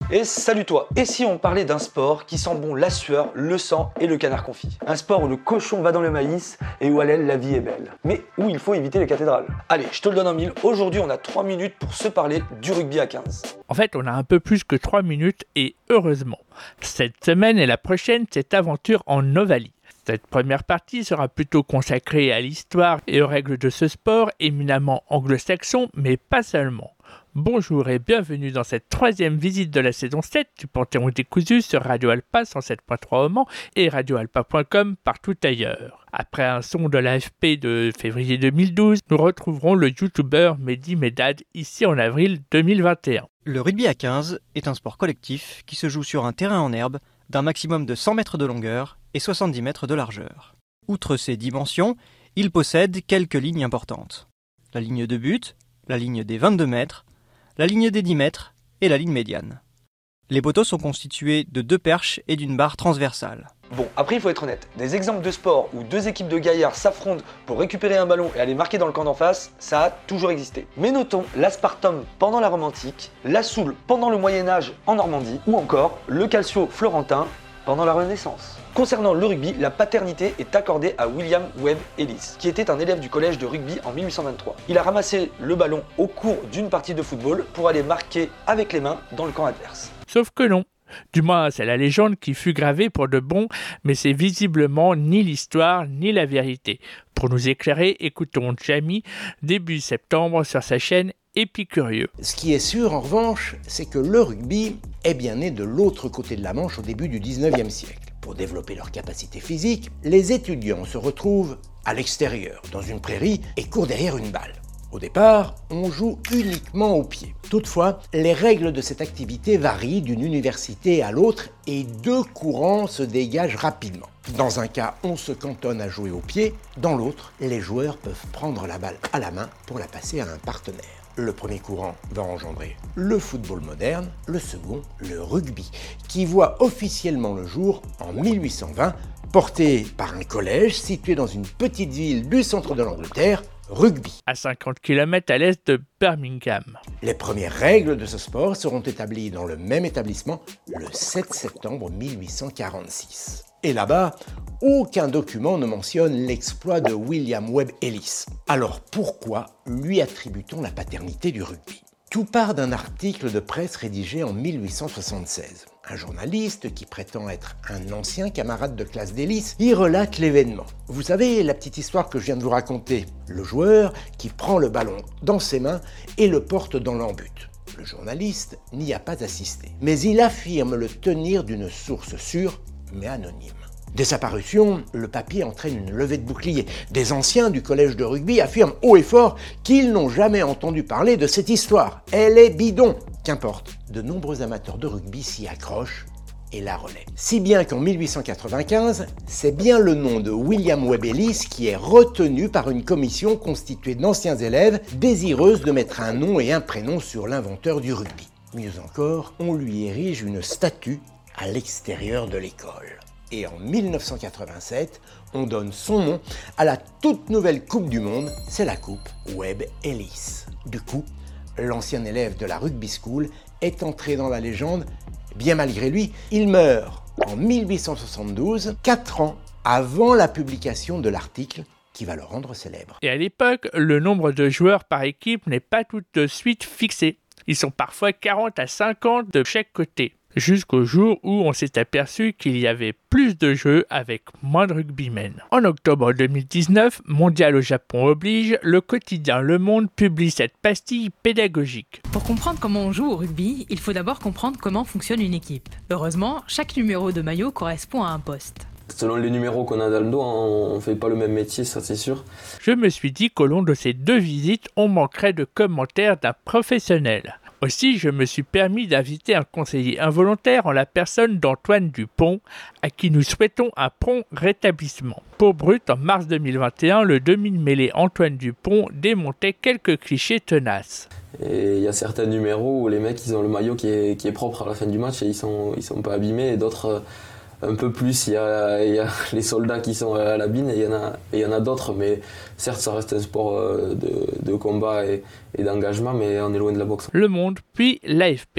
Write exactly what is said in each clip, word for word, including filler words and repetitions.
Et salut toi. Et si on parlait d'un sport qui sent bon la sueur, le sang et le canard confit? Un sport où le cochon va dans le maïs et où à l'aile la vie est belle. Mais où il faut éviter les cathédrales. Allez, je te le donne en mille. Aujourd'hui, on a trois minutes pour se parler du rugby à quinze. En fait, on a un peu plus que trois minutes et heureusement. Cette semaine et la prochaine, c'est aventure en Ovalie. Cette première partie sera plutôt consacrée à l'histoire et aux règles de ce sport éminemment anglo-saxon, mais pas seulement. Bonjour et bienvenue dans cette troisième visite de la saison sept du Panthéon décousu sur Radio Alpa cent sept point trois au Mans et radio alpa point com partout ailleurs. Après un son de l'A F P de février deux mille douze, nous retrouverons le youtubeur Mehdi Medad ici en avril deux mille vingt et un. Le rugby à quinze est un sport collectif qui se joue sur un terrain en herbe d'un maximum de cent mètres de longueur et soixante-dix mètres de largeur. Outre ces dimensions, il possède quelques lignes importantes. La ligne de but, la ligne des vingt-deux mètres, la ligne des dix mètres et la ligne médiane. Les poteaux sont constitués de deux perches et d'une barre transversale. Bon, après il faut être honnête, des exemples de sport où deux équipes de gaillards s'affrontent pour récupérer un ballon et aller marquer dans le camp d'en face, ça a toujours existé. Mais notons l'aspartum pendant la Rome antique, la soule pendant le Moyen-Âge en Normandie, ou encore le calcio florentin pendant la Renaissance. Concernant le rugby, la paternité est accordée à William Webb Ellis, qui était un élève du collège de rugby en mille huit cent vingt-trois. Il a ramassé le ballon au cours d'une partie de football pour aller marquer avec les mains dans le camp adverse. Sauf que non. Du moins, c'est la légende qui fut gravée pour de bon, mais c'est visiblement ni l'histoire ni la vérité. Pour nous éclairer, écoutons Jamie début septembre sur sa chaîne Épicurieux. Ce qui est sûr, en revanche, c'est que le rugby est bien né de l'autre côté de la Manche au début du dix-neuvième siècle. Pour développer leurs capacités physiques, les étudiants se retrouvent à l'extérieur, dans une prairie, et courent derrière une balle. Au départ, on joue uniquement au pied. Toutefois, les règles de cette activité varient d'une université à l'autre et deux courants se dégagent rapidement. Dans un cas, on se cantonne à jouer au pied, dans l'autre, les joueurs peuvent prendre la balle à la main pour la passer à un partenaire. Le premier courant va engendrer le football moderne, le second, le rugby, qui voit officiellement le jour en mille huit cent vingt, porté par un collège situé dans une petite ville du centre de l'Angleterre, Rugby. À cinquante kilomètres à l'est de Birmingham. Les premières règles de ce sport seront établies dans le même établissement le sept septembre mille huit cent quarante-six. Et là-bas, aucun document ne mentionne l'exploit de William Webb Ellis. Alors pourquoi lui attribue-t-on la paternité du rugby ? Tout part d'un article de presse rédigé en mille huit cent soixante-seize. Un journaliste qui prétend être un ancien camarade de classe d'Ellis y relate l'événement. Vous savez, la petite histoire que je viens de vous raconter. Le joueur qui prend le ballon dans ses mains et le porte dans l'embut. Le journaliste n'y a pas assisté, mais il affirme le tenir d'une source sûre, mais anonyme. Dès sa parution, le papier entraîne une levée de bouclier. Des anciens du collège de rugby affirment haut et fort qu'ils n'ont jamais entendu parler de cette histoire. Elle est bidon. Qu'importe, de nombreux amateurs de rugby s'y accrochent et la relaient. Si bien qu'en mille huit cent quatre-vingt-quinze, c'est bien le nom de William Webb Ellis qui est retenu par une commission constituée d'anciens élèves désireuses de mettre un nom et un prénom sur l'inventeur du rugby. Mieux encore, on lui érige une statue à l'extérieur de l'école. Et en mille neuf cent quatre-vingt-sept, on donne son nom à la toute nouvelle Coupe du Monde, c'est la Coupe Webb Ellis. Du coup, l'ancien élève de la Rugby School est entré dans la légende. Bien malgré lui, il meurt en mille huit cent soixante-douze, quatre ans avant la publication de l'article qui va le rendre célèbre. Et à l'époque, le nombre de joueurs par équipe n'est pas tout de suite fixé. Ils sont parfois quarante à cinquante de chaque côté. Jusqu'au jour où on s'est aperçu qu'il y avait plus de jeux avec moins de rugbymen. En octobre deux mille dix-neuf, mondial au Japon oblige, le quotidien Le Monde publie cette pastille pédagogique. Pour comprendre comment on joue au rugby, il faut d'abord comprendre comment fonctionne une équipe. Heureusement, chaque numéro de maillot correspond à un poste. Selon les numéros qu'on a dans le dos, on ne fait pas le même métier, ça c'est sûr. Je me suis dit qu'au long de ces deux visites, on manquerait de commentaires d'un professionnel. Aussi, je me suis permis d'inviter un conseiller involontaire en la personne d'Antoine Dupont, à qui nous souhaitons un prompt rétablissement. Pour Brut, en mars deux mille vingt et un, le demi-mêlé Antoine Dupont démontait quelques clichés tenaces. Et il y a certains numéros où les mecs ils ont le maillot qui est, qui est propre à la fin du match et ils sont, ils sont pas abîmés, et d'autres un peu plus, il y a, il y a les soldats qui sont à la bine et il y en a, et il y en a d'autres, mais certes ça reste un sport de, de combat et, et d'engagement, mais on est loin de la boxe. Le Monde, puis l'A F P.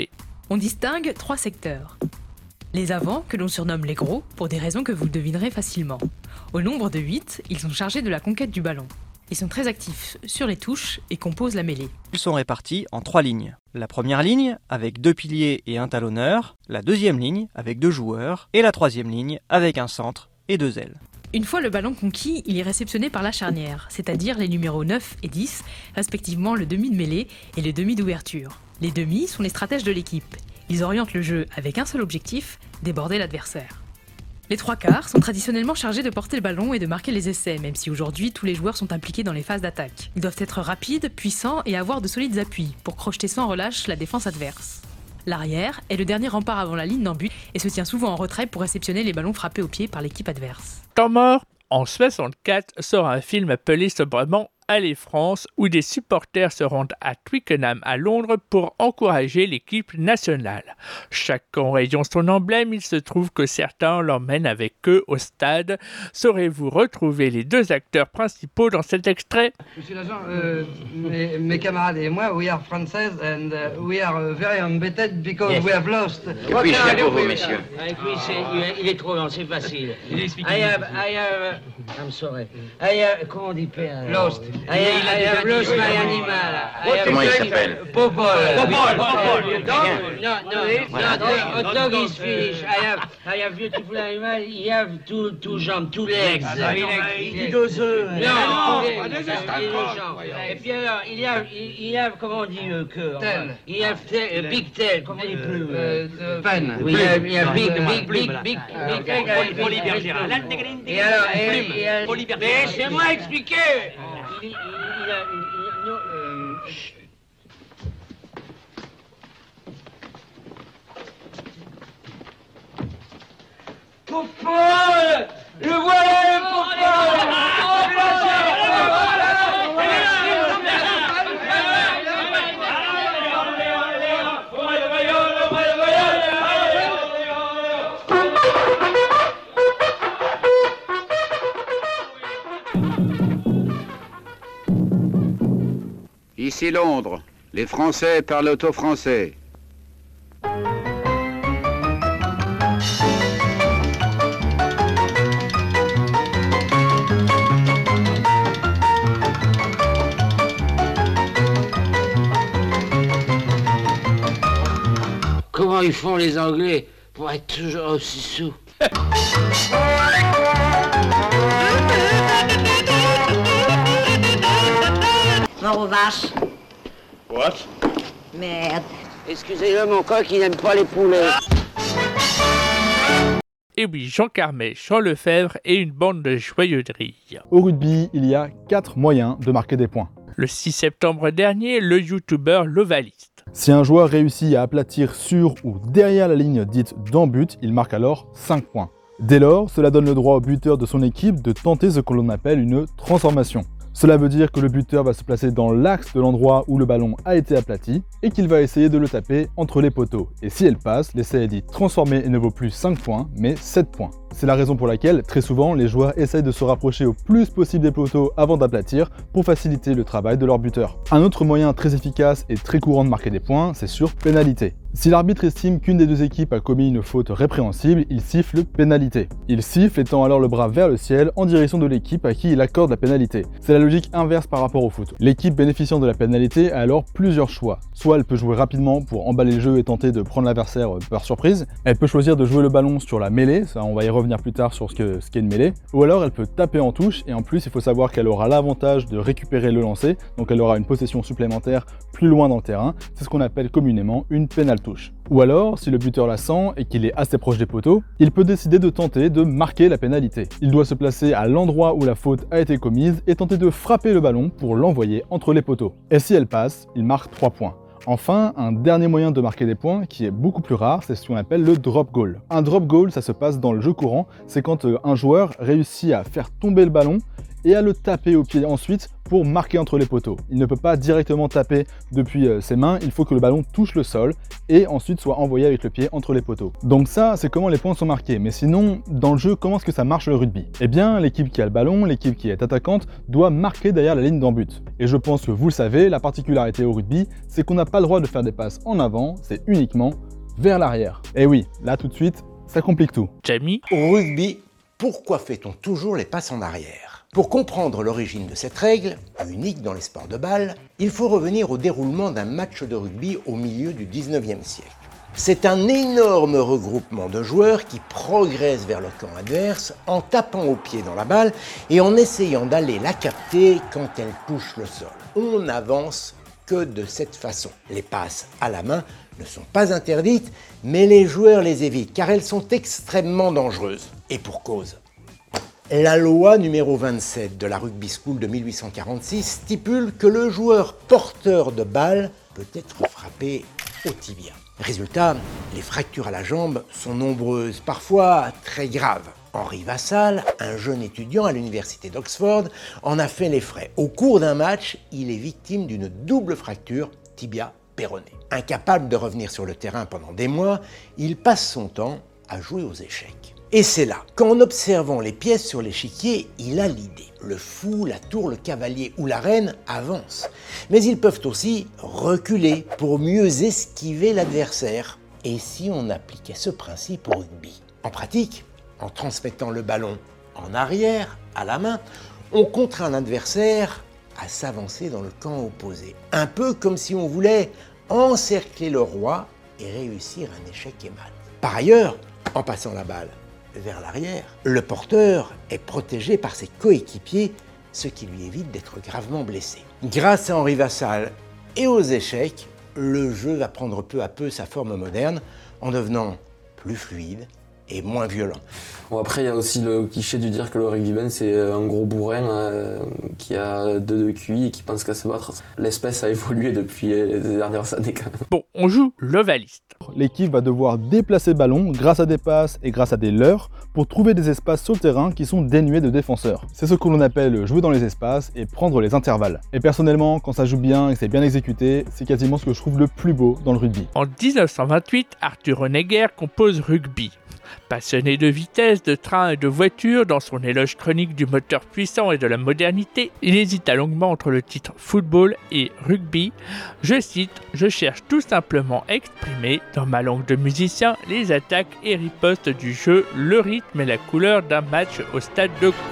On distingue trois secteurs. Les avants, que l'on surnomme les gros, pour des raisons que vous devinerez facilement. Au nombre de huit, ils sont chargés de la conquête du ballon. Ils sont très actifs sur les touches et composent la mêlée. Ils sont répartis en trois lignes. La première ligne avec deux piliers et un talonneur, la deuxième ligne avec deux joueurs et la troisième ligne avec un centre et deux ailes. Une fois le ballon conquis, il est réceptionné par la charnière, c'est-à-dire les numéros neuf et dix, respectivement le demi de mêlée et le demi d'ouverture. Les demi sont les stratèges de l'équipe. Ils orientent le jeu avec un seul objectif, déborder l'adversaire. Les trois quarts sont traditionnellement chargés de porter le ballon et de marquer les essais, même si aujourd'hui tous les joueurs sont impliqués dans les phases d'attaque. Ils doivent être rapides, puissants et avoir de solides appuis pour crocheter sans relâche la défense adverse. L'arrière est le dernier rempart avant la ligne d'en but et se tient souvent en retrait pour réceptionner les ballons frappés au pied par l'équipe adverse. Temps mort, en soixante-quatre sort un film appelé sobrement Allez France, où des supporters se rendent à Twickenham à Londres pour encourager l'équipe nationale. Chacun rayant son emblème, il se trouve que certains l'emmènent avec eux au stade. Saurez-vous retrouver les deux acteurs principaux dans cet extrait ? Monsieur l'agent, euh, mes, mes camarades et moi, we are Français and uh, we are uh, very embêted because yes. we have lost. Puis-je faire pour vous, messieurs ? Avec lui, c'est, il est trop long, c'est facile. Il explique. I have, I have, I'm sorry. I have, comment on dit père ? Lost. I have, I have lost my animal. Comment il s'appelle ? Popol. Popol. Popol. No, no, no, hot dog is finished. I have, I have beautiful animal. He have two, two jambes, two legs. Il dit deux œufs. Non, pas deux jambes. Et puis alors, il y a, il y a, comment on dit euh, que Tail. Il y a tail, big tail, comment on dit plus Pen. Oui, il y a, il y a big, big, big, big, big tail. Folie bergère. Et alors, et, et, Folie bergère. mais laissez-moi expliquer. Il, il, il a une... une, euh, Popol! Le voilà, le Popol! Ici Londres, les Français parlent au français. Comment ils font les Anglais pour être toujours aussi sous? Mort aux vaches. What? Merde. Excusez-le, mon coq, il n'aime pas les poulets. Et oui, Jean Carmet, Jean Lefebvre et une bande de joyeux drilles. Au rugby, il y a quatre moyens de marquer des points. Le six septembre dernier, le youtubeur L'Ovaliste. Si un joueur réussit à aplatir sur ou derrière la ligne dite d'en-but, il marque alors cinq points. Dès lors, cela donne le droit au buteur de son équipe de tenter ce que l'on appelle une transformation. Cela veut dire que le buteur va se placer dans l'axe de l'endroit où le ballon a été aplati et qu'il va essayer de le taper entre les poteaux. Et si elle passe, l'essai est dit transformé et ne vaut plus cinq points, mais sept points. C'est la raison pour laquelle, très souvent, les joueurs essayent de se rapprocher au plus possible des poteaux avant d'aplatir pour faciliter le travail de leur buteur. Un autre moyen très efficace et très courant de marquer des points, c'est sur pénalité. Si l'arbitre estime qu'une des deux équipes a commis une faute répréhensible, il siffle pénalité. Il siffle étant alors le bras vers le ciel en direction de l'équipe à qui il accorde la pénalité. C'est la logique inverse par rapport au foot. L'équipe bénéficiant de la pénalité a alors plusieurs choix. Soit elle peut jouer rapidement pour emballer le jeu et tenter de prendre l'adversaire par surprise. Elle peut choisir de jouer le ballon sur la mêlée, ça on va y revenir plus tard sur ce qu'est ce qu'est une mêlée. Ou alors elle peut taper en touche et en plus il faut savoir qu'elle aura l'avantage de récupérer le lancer, donc elle aura une possession supplémentaire plus loin dans le terrain. C'est ce qu'on appelle communément une pénale touche. Ou alors, si le buteur la sent et qu'il est assez proche des poteaux, il peut décider de tenter de marquer la pénalité. Il doit se placer à l'endroit où la faute a été commise et tenter de frapper le ballon pour l'envoyer entre les poteaux. Et si elle passe, il marque trois points. Enfin, un dernier moyen de marquer des points qui est beaucoup plus rare, c'est ce qu'on appelle le drop goal. Un drop goal, ça se passe dans le jeu courant, c'est quand un joueur réussit à faire tomber le ballon et à le taper au pied ensuite pour marquer entre les poteaux. Il ne peut pas directement taper depuis euh, ses mains, il faut que le ballon touche le sol et ensuite soit envoyé avec le pied entre les poteaux. Donc ça, c'est comment les points sont marqués. Mais sinon, dans le jeu, comment est-ce que ça marche le rugby? Eh bien, l'équipe qui a le ballon, l'équipe qui est attaquante, doit marquer derrière la ligne d'en-but. Et je pense que vous le savez, la particularité au rugby, c'est qu'on n'a pas le droit de faire des passes en avant, c'est uniquement vers l'arrière. Et oui, là tout de suite, ça complique tout. Jamie, Au rugby, pourquoi fait-on toujours les passes en arrière? Pour comprendre l'origine de cette règle, unique dans les sports de balle, il faut revenir au déroulement d'un match de rugby au milieu du dix-neuvième siècle. C'est un énorme regroupement de joueurs qui progressent vers le camp adverse en tapant au pied dans la balle et en essayant d'aller la capter quand elle touche le sol. On n'avance que de cette façon. Les passes à la main ne sont pas interdites, mais les joueurs les évitent car elles sont extrêmement dangereuses. Et pour cause. La loi numéro vingt-sept de la Rugby School de mille huit cent quarante-six stipule que le joueur porteur de balle peut être frappé au tibia. Résultat, les fractures à la jambe sont nombreuses, parfois très graves. Henri Vassal, un jeune étudiant à l'université d'Oxford, en a fait les frais. Au cours d'un match, il est victime d'une double fracture tibia-péroné. Incapable de revenir sur le terrain pendant des mois, il passe son temps à jouer aux échecs. Et c'est là qu'en observant les pièces sur l'échiquier, il a l'idée. Le fou, la tour, le cavalier ou la reine avancent. Mais ils peuvent aussi reculer pour mieux esquiver l'adversaire. Et si on appliquait ce principe au rugby? En pratique, en transmettant le ballon en arrière, à la main, on contraint l'adversaire à s'avancer dans le camp opposé. Un peu comme si on voulait encercler le roi et réussir un échec et mat. Par ailleurs, en passant la balle vers l'arrière, le porteur est protégé par ses coéquipiers, ce qui lui évite d'être gravement blessé. Grâce à Henri Vassal et aux échecs, le jeu va prendre peu à peu sa forme moderne en devenant plus fluide et moins violent. Bon, après, il y a aussi le cliché de dire que le rugbyman, c'est un gros bourrin euh, qui a deux de Q I et qui pense qu'à se battre. L'espèce a évolué depuis les dernières années quand même. bon, on joue l'ovaliste. L'équipe va devoir déplacer le ballon grâce à des passes et grâce à des leurres pour trouver des espaces sur le terrain qui sont dénués de défenseurs. C'est ce que l'on appelle jouer dans les espaces et prendre les intervalles. Et personnellement, quand ça joue bien et que c'est bien exécuté, c'est quasiment ce que je trouve le plus beau dans le rugby. En dix-neuf cent vingt-huit, Arthur Honegger compose Rugby. Passionné de vitesse, de train et de voiture, dans son éloge chronique du moteur puissant et de la modernité, il hésita longuement entre le titre football et rugby. Je cite, « Je cherche tout simplement à exprimer, dans ma langue de musicien, les attaques et ripostes du jeu, le rythme et la couleur d'un match au stade de Colombes. »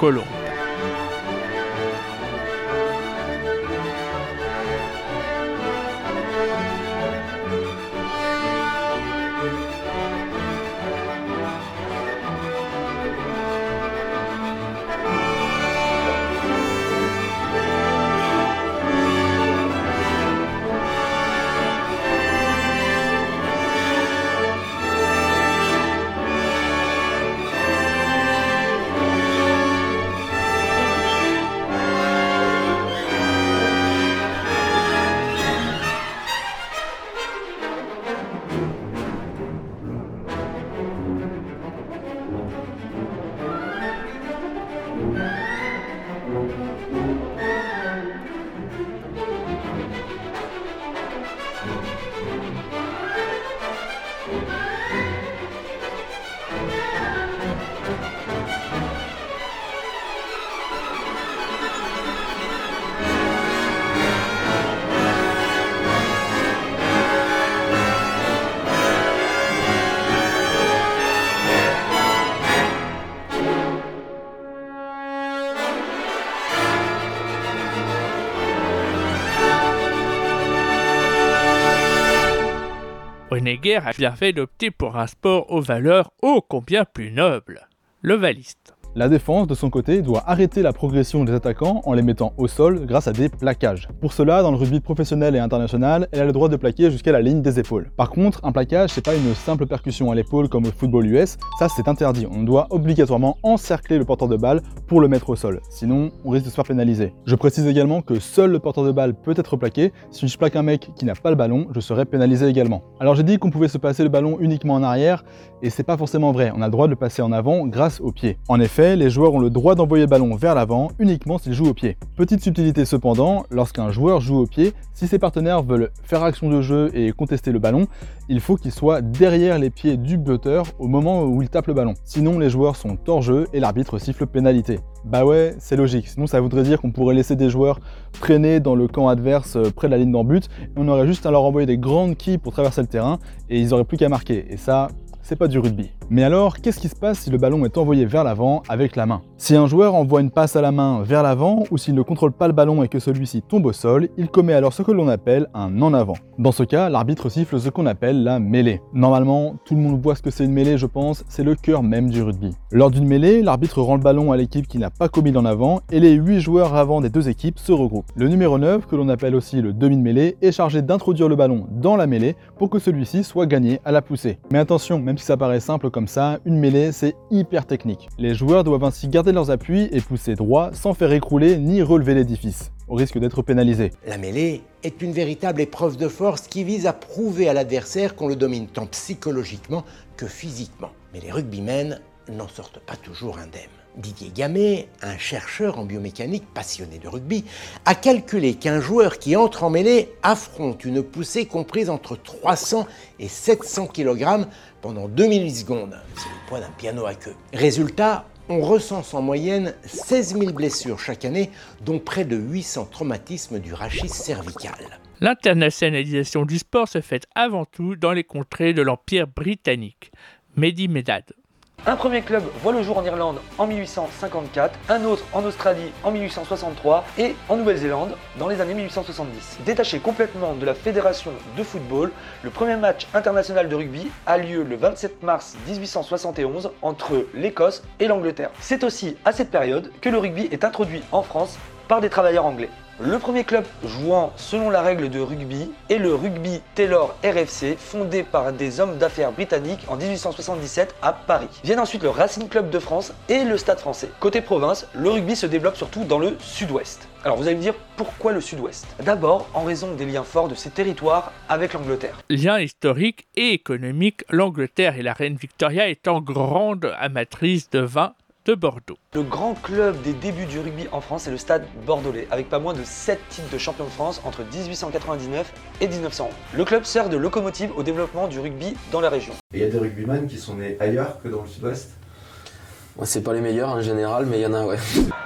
Honegger a bien fait d'opter pour un sport aux valeurs ô combien plus nobles, l'ovaliste. La défense, de son côté, doit arrêter la progression des attaquants en les mettant au sol grâce à des plaquages. Pour cela, dans le rugby professionnel et international, elle a le droit de plaquer jusqu'à la ligne des épaules. Par contre, un plaquage, c'est pas une simple percussion à l'épaule comme au football U S, ça c'est interdit. On doit obligatoirement encercler le porteur de balle pour le mettre au sol, sinon on risque de se faire pénaliser. Je précise également que seul le porteur de balle peut être plaqué. Si je plaque un mec qui n'a pas le ballon, je serai pénalisé également. Alors j'ai dit qu'on pouvait se passer le ballon uniquement en arrière, et c'est pas forcément vrai, on a le droit de le passer en avant grâce au pied. En effet, les joueurs ont le droit d'envoyer le ballon vers l'avant uniquement s'ils jouent au pied. Petite subtilité cependant, lorsqu'un joueur joue au pied, si ses partenaires veulent faire action de jeu et contester le ballon, il faut qu'il soit derrière les pieds du butteur au moment où il tape le ballon. Sinon les joueurs sont hors jeu et l'arbitre siffle pénalité. Bah ouais, c'est logique, sinon ça voudrait dire qu'on pourrait laisser des joueurs traîner dans le camp adverse près de la ligne d'en but, et on aurait juste à leur envoyer des grandes quilles pour traverser le terrain, et ils auraient plus qu'à marquer, et ça, c'est pas du rugby. Mais alors, qu'est-ce qui se passe si le ballon est envoyé vers l'avant avec la main? Si un joueur envoie une passe à la main vers l'avant, ou s'il ne contrôle pas le ballon et que celui-ci tombe au sol, il commet alors ce que l'on appelle un en avant. Dans ce cas, l'arbitre siffle ce qu'on appelle la mêlée. Normalement, tout le monde voit ce que c'est une mêlée, je pense, c'est le cœur même du rugby. Lors d'une mêlée, l'arbitre rend le ballon à l'équipe qui n'a pas commis l'en avant, et les huit joueurs avant des deux équipes se regroupent. Le numéro neuf, que l'on appelle aussi le demi de mêlée, est chargé d'introduire le ballon dans la mêlée pour que celui-ci soit gagné à la poussée. Mais attention, même si ça paraît simple comme ça, une mêlée c'est hyper technique. Les joueurs doivent ainsi garder leurs appuis et pousser droit sans faire écrouler ni relever l'édifice, au risque d'être pénalisés. La mêlée est une véritable épreuve de force qui vise à prouver à l'adversaire qu'on le domine tant psychologiquement que physiquement. Mais les rugbymen n'en sortent pas toujours indemnes. Didier Gamet, un chercheur en biomécanique passionné de rugby, a calculé qu'un joueur qui entre en mêlée affronte une poussée comprise entre trois cents et sept cents kilogrammes pendant deux mille huit secondes. C'est le poids d'un piano à queue. Résultat, on recense en moyenne seize mille blessures chaque année, dont près de huit cents traumatismes du rachis cervical. L'internationalisation du sport se fait avant tout dans les contrées de l'Empire britannique. Mehdi Medad. Un premier club voit le jour en Irlande en mille huit cent cinquante-quatre, un autre en Australie en mille huit cent soixante-trois et en Nouvelle-Zélande dans les années mille huit cent soixante-dix. Détaché complètement de la fédération de football, le premier match international de rugby a lieu le vingt-sept mars mille huit cent soixante et onze entre l'Écosse et l'Angleterre. C'est aussi à cette période que le rugby est introduit en France par des travailleurs anglais. Le premier club jouant selon la règle de rugby est le Rugby Taylor R F C, fondé par des hommes d'affaires britanniques en mille huit cent soixante-dix-sept à Paris. Viennent ensuite le Racing Club de France et le Stade Français. Côté province, le rugby se développe surtout dans le sud-ouest. Alors vous allez me dire, pourquoi le sud-ouest? D'abord, en raison des liens forts de ces territoires avec l'Angleterre. Liens historiques et économiques, l'Angleterre et la reine Victoria étant grande amatrice de vin de Bordeaux. Le grand club des débuts du rugby en France est le Stade Bordelais, avec pas moins de sept titres de champion de France entre dix-huit cent quatre-vingt-dix-neuf et mille neuf cent onze. Le club sert de locomotive au développement du rugby dans la région. Et il y a des rugbymen qui sont nés ailleurs que dans le sud-ouest? Ouais, c'est pas les meilleurs en général, mais il y en a, ouais.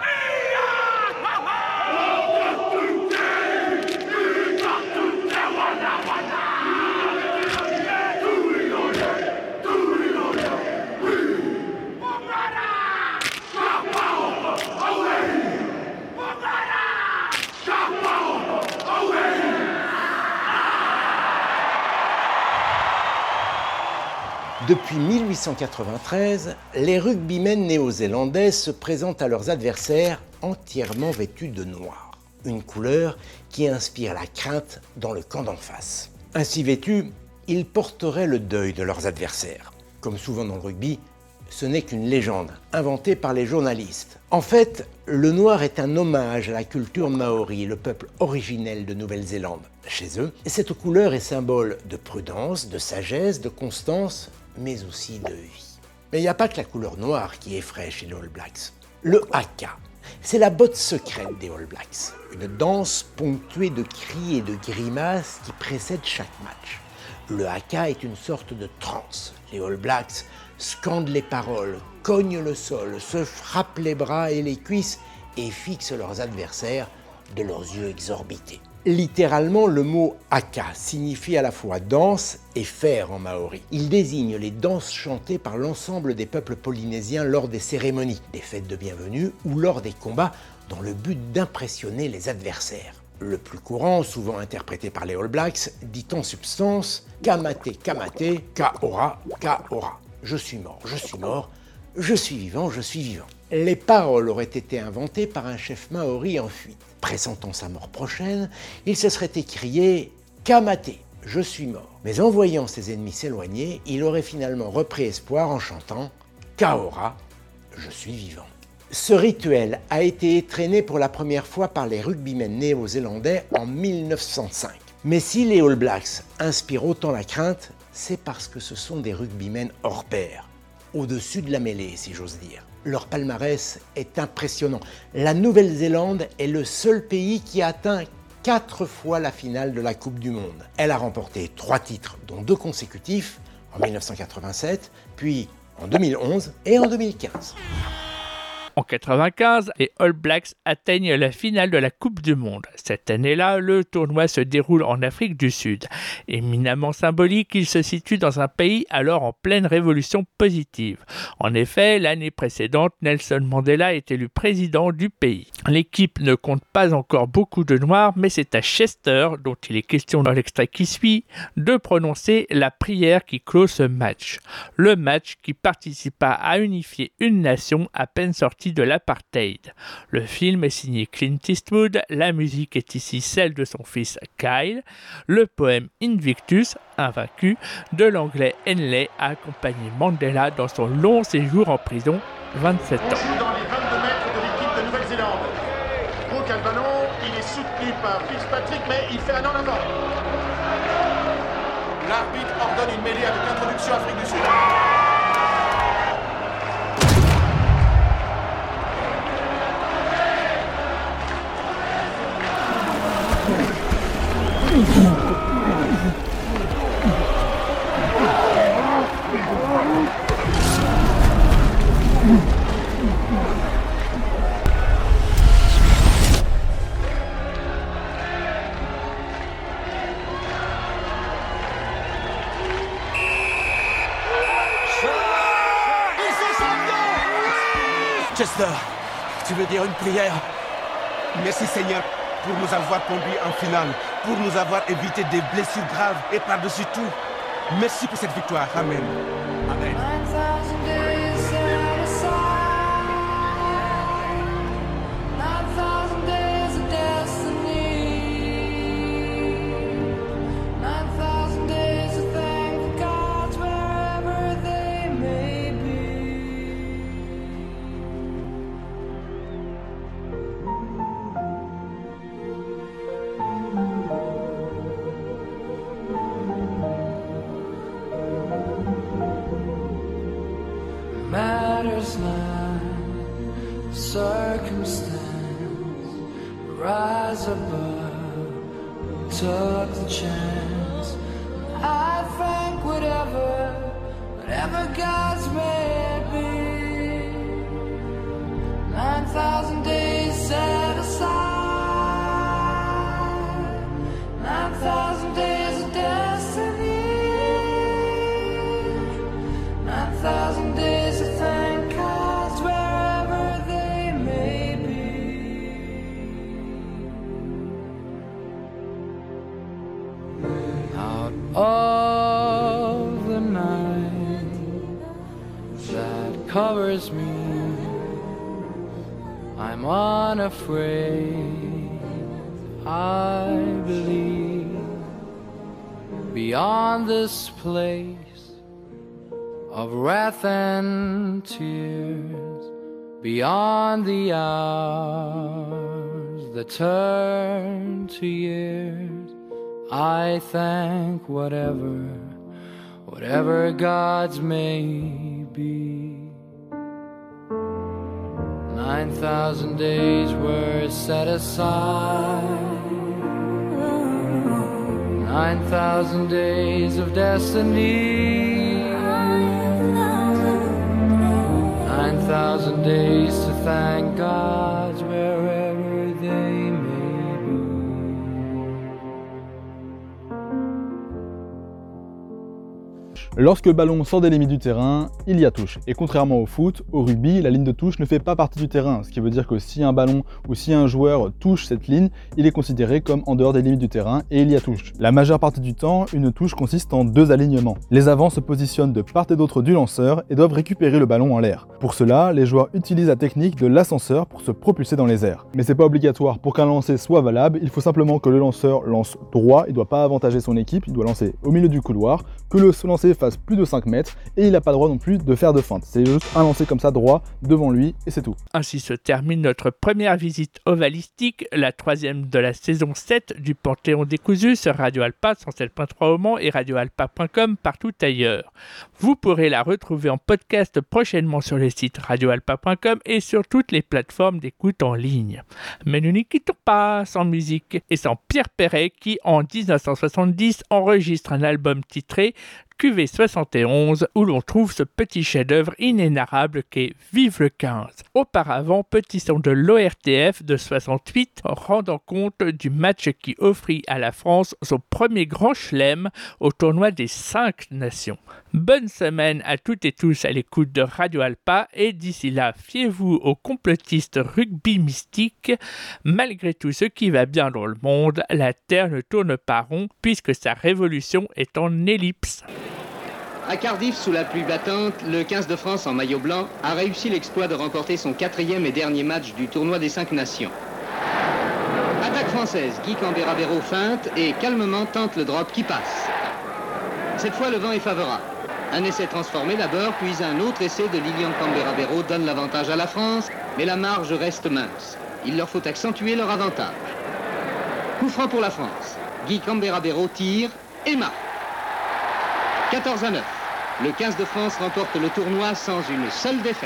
Depuis mille huit cent quatre-vingt-treize, les rugbymen néo-zélandais se présentent à leurs adversaires entièrement vêtus de noir, une couleur qui inspire la crainte dans le camp d'en face. Ainsi vêtus, ils porteraient le deuil de leurs adversaires. Comme souvent dans le rugby, ce n'est qu'une légende inventée par les journalistes. En fait, le noir est un hommage à la culture maori, le peuple originel de Nouvelle-Zélande. Chez eux, cette couleur est symbole de prudence, de sagesse, de constance, mais aussi de vie. Mais il n'y a pas que la couleur noire qui effraie chez les All Blacks. Le haka, c'est la botte secrète des All Blacks. Une danse ponctuée de cris et de grimaces qui précède chaque match. Le haka est une sorte de transe. Les All Blacks scandent les paroles, cognent le sol, se frappent les bras et les cuisses et fixent leurs adversaires de leurs yeux exorbités. Littéralement, le mot haka signifie à la fois danse et faire en maori. Il désigne les danses chantées par l'ensemble des peuples polynésiens lors des cérémonies, des fêtes de bienvenue ou lors des combats dans le but d'impressionner les adversaires. Le plus courant, souvent interprété par les All Blacks, dit en substance « Kamate, kamate, ka-ora, ka-ora ». Je suis mort, je suis mort, je suis vivant, je suis vivant. Les paroles auraient été inventées par un chef maori en fuite. Pressentant sa mort prochaine, il se serait écrié « Kamate, je suis mort ». Mais en voyant ses ennemis s'éloigner, il aurait finalement repris espoir en chantant « Kaora, je suis vivant ». Ce rituel a été étrenné pour la première fois par les rugbymen néo-zélandais en mille neuf cent cinq. Mais si les All Blacks inspirent autant la crainte, c'est parce que ce sont des rugbymen hors pair, au-dessus de la mêlée si j'ose dire. Leur palmarès est impressionnant. La Nouvelle-Zélande est le seul pays qui a atteint quatre fois la finale de la Coupe du Monde. Elle a remporté trois titres, dont deux consécutifs, en mille neuf cent quatre-vingt-sept, puis en deux mille onze et en deux mille quinze. En quatre-vingt-quinze, les All Blacks atteignent la finale de la Coupe du Monde. Cette année-là, le tournoi se déroule en Afrique du Sud. Éminemment symbolique, il se situe dans un pays alors en pleine révolution positive. En effet, l'année précédente, Nelson Mandela est élu président du pays. L'équipe ne compte pas encore beaucoup de noirs, mais c'est à Chester, dont il est question dans l'extrait qui suit, de prononcer la prière qui clôt ce match. Le match qui participa à unifier une nation à peine sortie de l'apartheid. Le film est signé Clint Eastwood, la musique est ici celle de son fils Kyle, le poème Invictus, invaincu, de l'anglais Henley a accompagné Mandela dans son long séjour en prison, vingt-sept ans. On joue dans les vingt-deux mètres de l'équipe de Nouvelle-Zélande. Brooke a le ballon, il est soutenu par Fitzpatrick, mais il fait un en avant. L'arbitre ordonne une mêlée avec introduction Afrique du Sud. Chester, tu veux dire une prière? Merci Seigneur pour nous avoir conduits en finale, pour nous avoir évité des blessures graves et par-dessus tout, merci pour cette victoire. Amen. Amen. Matters not, circumstance, rise above, took the chance. I think whatever, whatever God's may be, nine thousand days set aside, nine thousand days of destiny, nine thousand days. Of the night that covers me, I'm unafraid. I believe beyond this place of wrath and tears, beyond the hours that turn to years, I thank whatever, whatever God's may be. Nine thousand days were set aside, nine thousand days of destiny, nine thousand days to thank God wherever they may. Lorsque le ballon sort des limites du terrain, il y a touche. Et contrairement au foot, au rugby, la ligne de touche ne fait pas partie du terrain, ce qui veut dire que si un ballon ou si un joueur touche cette ligne, il est considéré comme en dehors des limites du terrain et il y a touche. La majeure partie du temps, une touche consiste en deux alignements. Les avants se positionnent de part et d'autre du lanceur et doivent récupérer le ballon en l'air. Pour cela, les joueurs utilisent la technique de l'ascenseur pour se propulser dans les airs. Mais c'est pas obligatoire, pour qu'un lancer soit valable, il faut simplement que le lanceur lance droit, il doit pas avantager son équipe, il doit lancer au milieu du couloir, que le lancer fasse plus de cinq mètres et il n'a pas le droit non plus de faire de feinte. C'est juste un lancer comme ça droit devant lui et c'est tout. Ainsi se termine notre première visite ovalistique, la troisième de la saison sept du Panthéon décousu sur Radio Alpa cent sept point trois au Mans et radio alpa point com partout ailleurs. Vous pourrez la retrouver en podcast prochainement sur le site radio alpa point com et sur toutes les plateformes d'écoute en ligne. Mais nous n'y quittons pas sans musique et sans Pierre Perret qui en dix-neuf cent soixante-dix enregistre un album titré Q V soixante et onze où l'on trouve ce petit chef-d'œuvre inénarrable qu'est Vive le quinze. Auparavant, petit son de l'O R T F de soixante-huit, rendant compte du match qui offrit à la France son premier grand chelem au tournoi des cinq nations. Bonne semaine à toutes et tous à l'écoute de Radio Alpa et d'ici là, fiez-vous aux complotistes rugby mystiques. Malgré tout ce qui va bien dans le monde, la Terre ne tourne pas rond puisque sa révolution est en ellipse. À Cardiff, sous la pluie battante, le quinze de France en maillot blanc a réussi l'exploit de remporter son quatrième et dernier match du tournoi des cinq nations. Attaque française, Guy Cambera-Béraud feinte et calmement tente le drop qui passe. Cette fois, le vent est favorable. Un essai transformé d'abord, puis un autre essai de Lilian Cambera-Béraud donne l'avantage à la France, mais la marge reste mince. Il leur faut accentuer leur avantage. Coup franc pour la France. Guy Cambera-Béraud tire et marque. quatorze à neuf. Le quinze de France remporte le tournoi sans une seule défaite.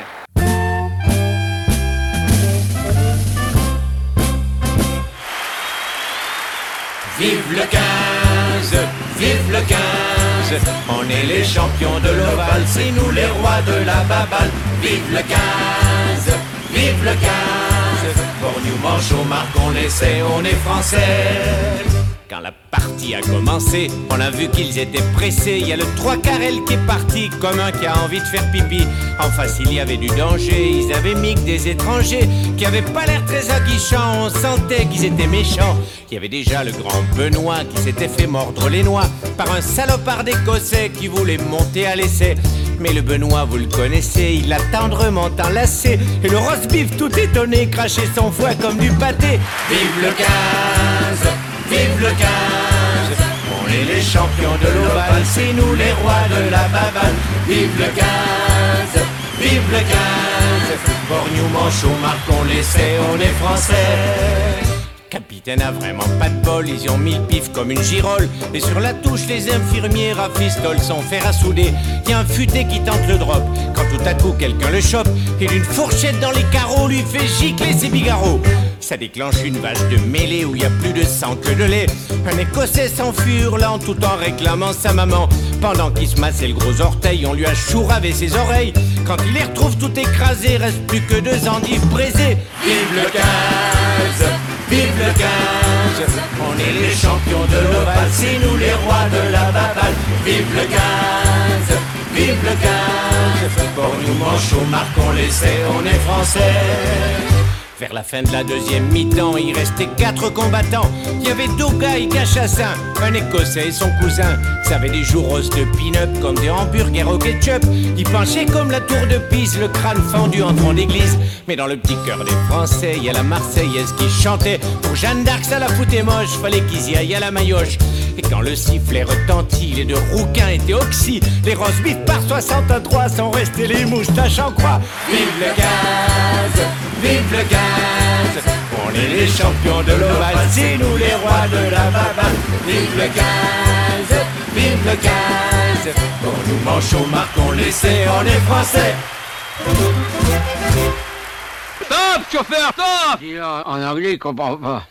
Vive le quinze, vive le quinze, on est les champions de l'Oval, c'est nous les rois de la baballe. Vive le quinze, vive le quinze, pour nous manchons, marquons l'essai, on est français. Quand la partie a commencé, on a vu qu'ils étaient pressés. Il y a le trois quarts L qui est parti, comme un qui a envie de faire pipi. En face il y avait du danger, ils avaient mis que des étrangers qui avaient pas l'air très aguichants, on sentait qu'ils étaient méchants. Il y avait déjà le grand Benoît qui s'était fait mordre les noix par un salopard d'écossais qui voulait monter à l'essai. Mais le Benoît, vous le connaissez, il l'a tendrement enlacé. Et le roast beef tout étonné crachait son foie comme du pâté. Vive le quinze, vive le quinze, on est les champions de l'Oval, c'est nous les rois de la baballe. Vive le quinze, vive le quinze, Borgnou, Manchot, marquons l'essai, on est français. Capitaine a vraiment pas de bol, ils y ont mis le pif comme une girole. Et sur la touche, les infirmiers rafistolent son fer à souder. Y a un futé qui tente le drop, quand tout à coup quelqu'un le chope et d'une fourchette dans les carreaux lui fait gicler ses bigarros. Ça déclenche une vache de mêlée où y a plus de sang que de lait. Un Écossais s'enfuit hurlant tout en réclamant sa maman. Pendant qu'il se massait le gros orteil, on lui a chouravé ses oreilles. Quand il les retrouve tout écrasé, reste plus que deux endives braisées. Vive le quinze, vive le quinze, on est les champions de l'Oval, c'est nous les rois de la baballe. Vive le quinze, vive le quinze, Borgnou, Manchot, marquons l'essai, on est français. Vers la fin de la deuxième mi-temps, il restait quatre combattants. Il y avait Doga et Cachassin, un Écossais et son cousin. Ça avait des jouros de pin-up comme des hamburgers au ketchup. Ils penchaient comme la tour de Pise, le crâne fendu en tronc d'église. Mais dans le petit cœur des Français, il y a la Marseillaise qui chantait. Pour Jeanne d'Arc, ça la foutait moche, fallait qu'ils y aillent à la maillotche. Et quand le sifflet retentit, les deux rouquins étaient oxy. Les roast beef par soixante à trois sont restés les moustaches en croix. Vive le quinze, vive le quinze, on est les champions de l'Oval, c'est nous les rois de la baballe. Vive le quinze, vive le quinze, pour nous Manchot, marquons l'essai, on est français. Stop, chauffeur, stop! En anglais, il comprend pas.